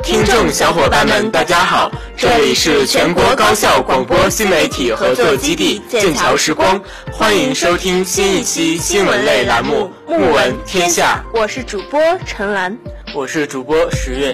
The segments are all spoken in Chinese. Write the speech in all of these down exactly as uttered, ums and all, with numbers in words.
听众小伙伴们，大家好，这里是全国高校广播新媒体合作基地剑桥时光，欢迎收听新一期新闻类栏目《目闻天下》。 我是主播陈兰， 我是主播十月。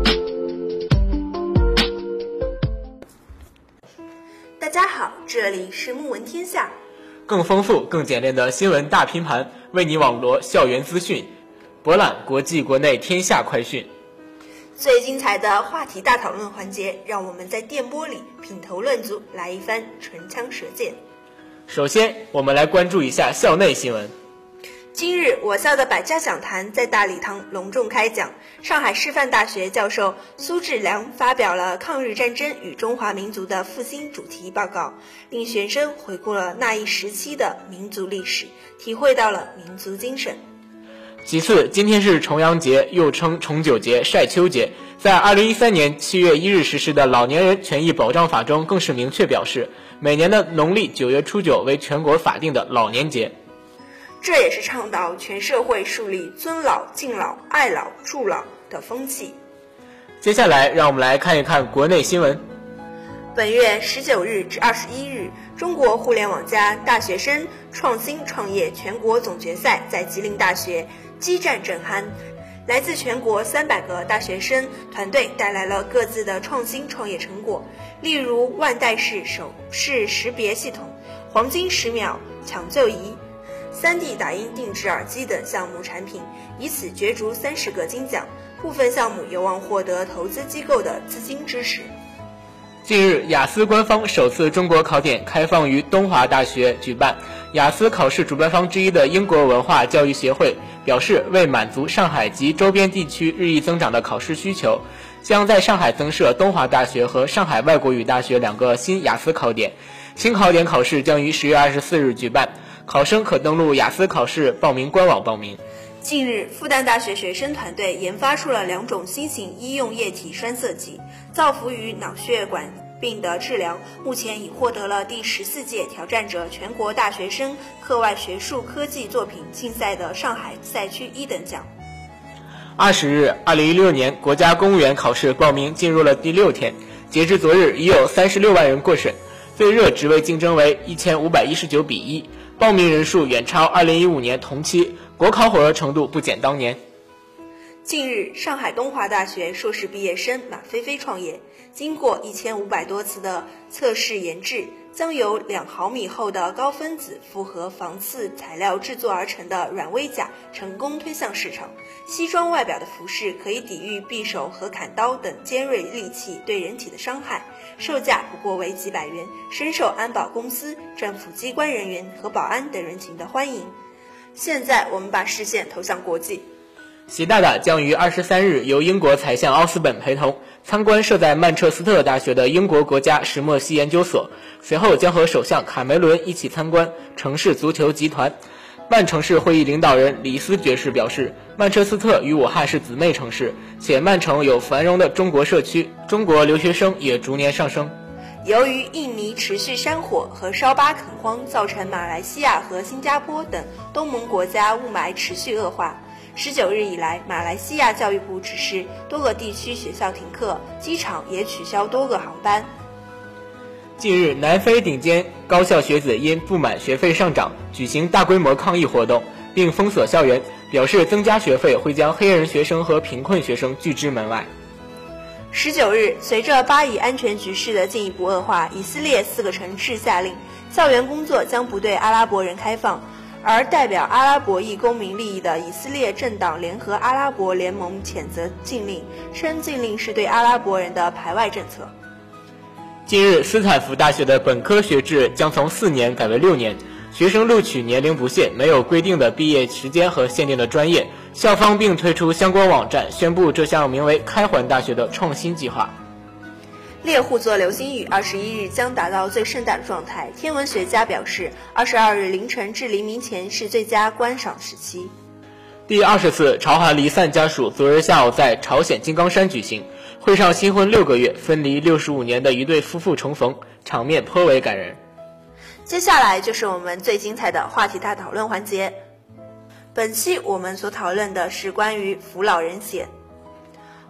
大家好，这里是目闻天下， 更丰富、更简练的新闻大拼盘，为你网罗校园资讯，博览国际国内天下快讯。 最精彩的话题大讨论环节，让我们在电波里品头论足，来一番唇枪舌剑。 首先，我们来关注一下校内新闻。 今日，我校的百家讲坛在大礼堂隆重开讲，上海师范大学教授苏志良发表了抗日战争与中华民族的复兴主题报告，令学生回顾了那一时期的民族历史，体会到了民族精神。 其次，今天是重阳节，又称重九节、晒秋节。在二零一三年七月一日实施的《老年人权益保障法》中，更是明确表示，每年的农历九月初九为全国法定的老年节。 这也是倡导全社会树立尊老、敬老、爱老、助老的风气。 接下来，让我们来看一看国内新闻。 本月十九日至二十一日，中国互联网加大学生创新创业全国总决赛在吉林大学激战正酣。来自全国三百个大学生团队带来了各自的创新创业成果，例如万代式手势识别系统、黄金十秒抢救仪、三 D 打印定制耳机等项目产品，以此角逐三十个金奖。部分项目有望获得投资机构的资金支持。 近日，雅思官方首次中国考点开放于东华大学举办。雅思考试主办方之一的英国文化教育协会表示，为满足上海及周边地区日益增长的考试需求，将在上海增设东华大学和上海外国语大学两个新雅思考点。新考点考试将于十月二十四日举办，考生可登录雅思考试报名官网报名。 近日，复旦大学学生团队研发出了两种新型医用液体栓塞剂，造福于脑血管病的治疗，目前已获得了第十四届挑战者全国大学生课外学术科技作品竞赛的上海赛区一等奖。 二十日，二零一六年国家公务员考试报名进入了第六天，截至昨日已有三十六万人过审，最热职位竞争为一千五百一十九比一，报名人数远超二零一五年同期，国考火热程度不减当年。 近日，上海东华大学硕士毕业生马菲菲创业，经过一千五百多次的测试研制，将由两毫米厚的高分子复合防刺材料制作而成的软微甲成功推向市场。西装外表的服饰可以抵御匕首和砍刀等尖锐利器对人体的伤害，售价不过为几百元，深受安保公司、政府机关人员和保安等人群的欢迎。现在我们把视线投向国际。 习大大将于二十三日由英国财相奥斯本陪同参观设在曼彻斯特大学的英国国家石墨烯研究所，随后将和首相卡梅伦一起参观城市足球集团。曼城市会议领导人李斯爵士表示，曼彻斯特与武汉是姊妹城市，且曼城有繁荣的中国社区，中国留学生也逐年上升。 由于印尼持续山火和烧疤垦荒，造成马来西亚和新加坡等东盟国家雾霾持续恶化。十九日以来，马来西亚教育部指示多个地区学校停课，机场也取消多个航班。 近日，南非顶尖高校学子因不满学费上涨，举行大规模抗议活动，并封锁校园，表示增加学费会将黑人学生和贫困学生拒之门外。 十九日，随着巴以安全局势的进一步恶化，以色列四个城市下令校园工作将不对阿拉伯人开放。而代表阿拉伯裔公民利益的以色列政党联合阿拉伯联盟谴责禁令，称禁令是对阿拉伯人的排外政策。 近日，斯坦福大学的本科学制将从四年改为六年，学生录取年龄不限，没有规定的毕业时间和限定的专业。校方并推出相关网站，宣布这项名为开环大学的创新计划。 猎户座流星雨二十一日将达到最盛大的状态，天文学家表示，二十二日凌晨至黎明前是最佳观赏时期。 第二十次朝韩离散家属昨日下午在朝鲜金刚山举行，会上新婚六个月、分离六十五年的一对夫妇重逢，场面颇为感人。 接下来就是我们最精彩的话题大讨论环节。本期我们所讨论的是关于扶老人险。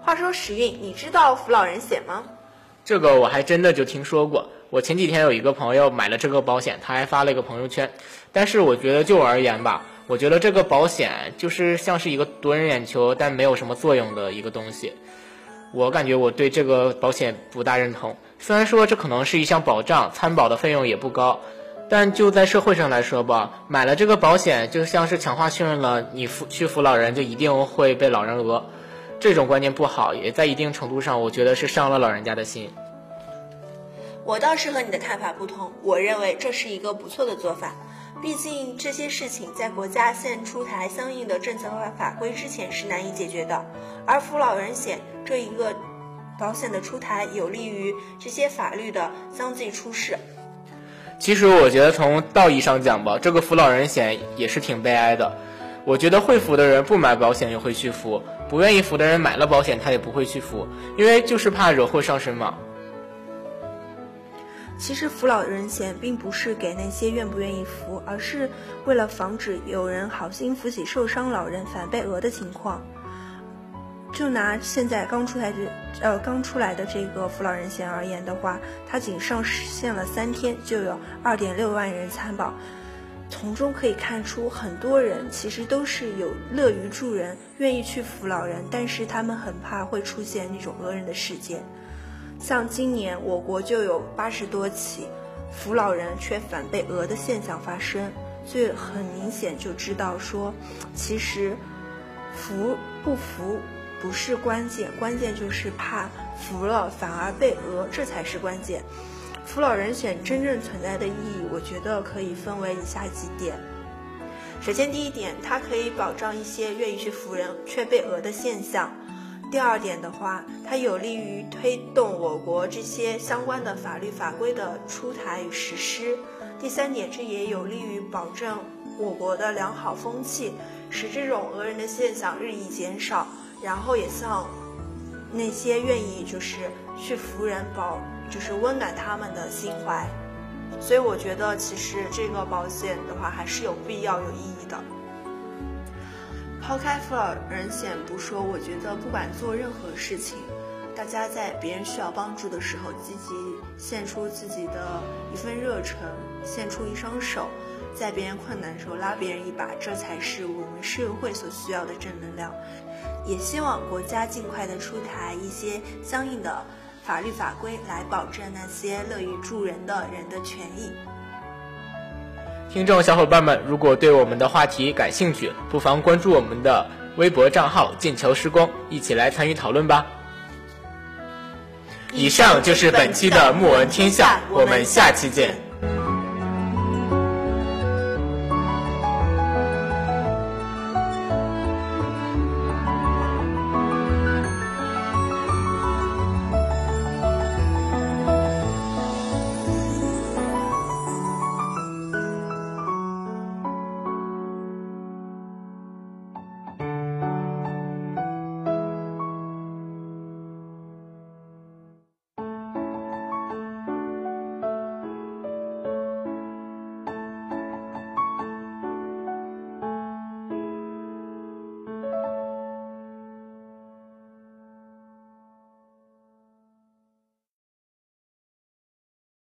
话说时运，你知道扶老人险吗？ 这个我还真的就听说过。我前几天有一个朋友买了这个保险，他还发了一个朋友圈。但是我觉得就我而言吧，我觉得这个保险就是像是一个夺人眼球但没有什么作用的一个东西。我感觉我对这个保险不大认同。虽然说这可能是一项保障，参保的费用也不高，但就在社会上来说吧，买了这个保险就像是强化确认了你扶去扶老人就一定会被老人讹，这种观念不好，也在一定程度上我觉得是伤了老人家的心。 我倒是和你的看法不同，我认为这是一个不错的做法。毕竟这些事情在国家现出台相应的政策和法规之前是难以解决的，而扶老人险这一个保险的出台有利于这些法律的相继出世。 其实我觉得从道义上讲吧，这个扶老人险也是挺悲哀的。我觉得会扶的人不买保险也会去扶，不愿意扶的人买了保险他也不会去扶，因为就是怕惹祸上身嘛。 其实扶老人险并不是给那些愿不愿意扶，而是为了防止有人好心扶起受伤老人反被讹的情况。就拿现在刚出来的呃刚出来的这个扶老人险而言的话，它仅上线了三天就有 二点六万人参保，从中可以看出很多人其实都是有乐于助人，愿意去扶老人，但是他们很怕会出现那种讹人的事件。像今年我国就有八十多起扶老人却反被讹的现象发生，所以很明显就知道说，其实扶不扶不是关键，关键就是怕扶了反而被讹，这才是关键。扶老人险真正存在的意义，我觉得可以分为以下几点。首先第一点，它可以保障一些愿意去扶人却被讹的现象。第二点的话，它有利于推动我国这些相关的法律法规的出台与实施。第三点，这也有利于保证我国的良好风气，使这种讹人的现象日益减少，然后也向那些愿意就是去扶人保就是温暖他们的心怀。所以我觉得其实这个保险的话还是有必要有意义的。抛开扶老人险不说，我觉得不管做任何事情，大家在别人需要帮助的时候积极献出自己的一份热忱，献出一双手，在别人困难的时候拉别人一把，这才是我们社会所需要的正能量。也希望国家尽快的出台一些相应的法律法规来保证那些乐于助人的人的权益。 听众小伙伴们，如果对我们的话题感兴趣，不妨关注我们的微博账号剑桥施工，一起来参与讨论吧。以上就是本期的木闻天下，我们下期见。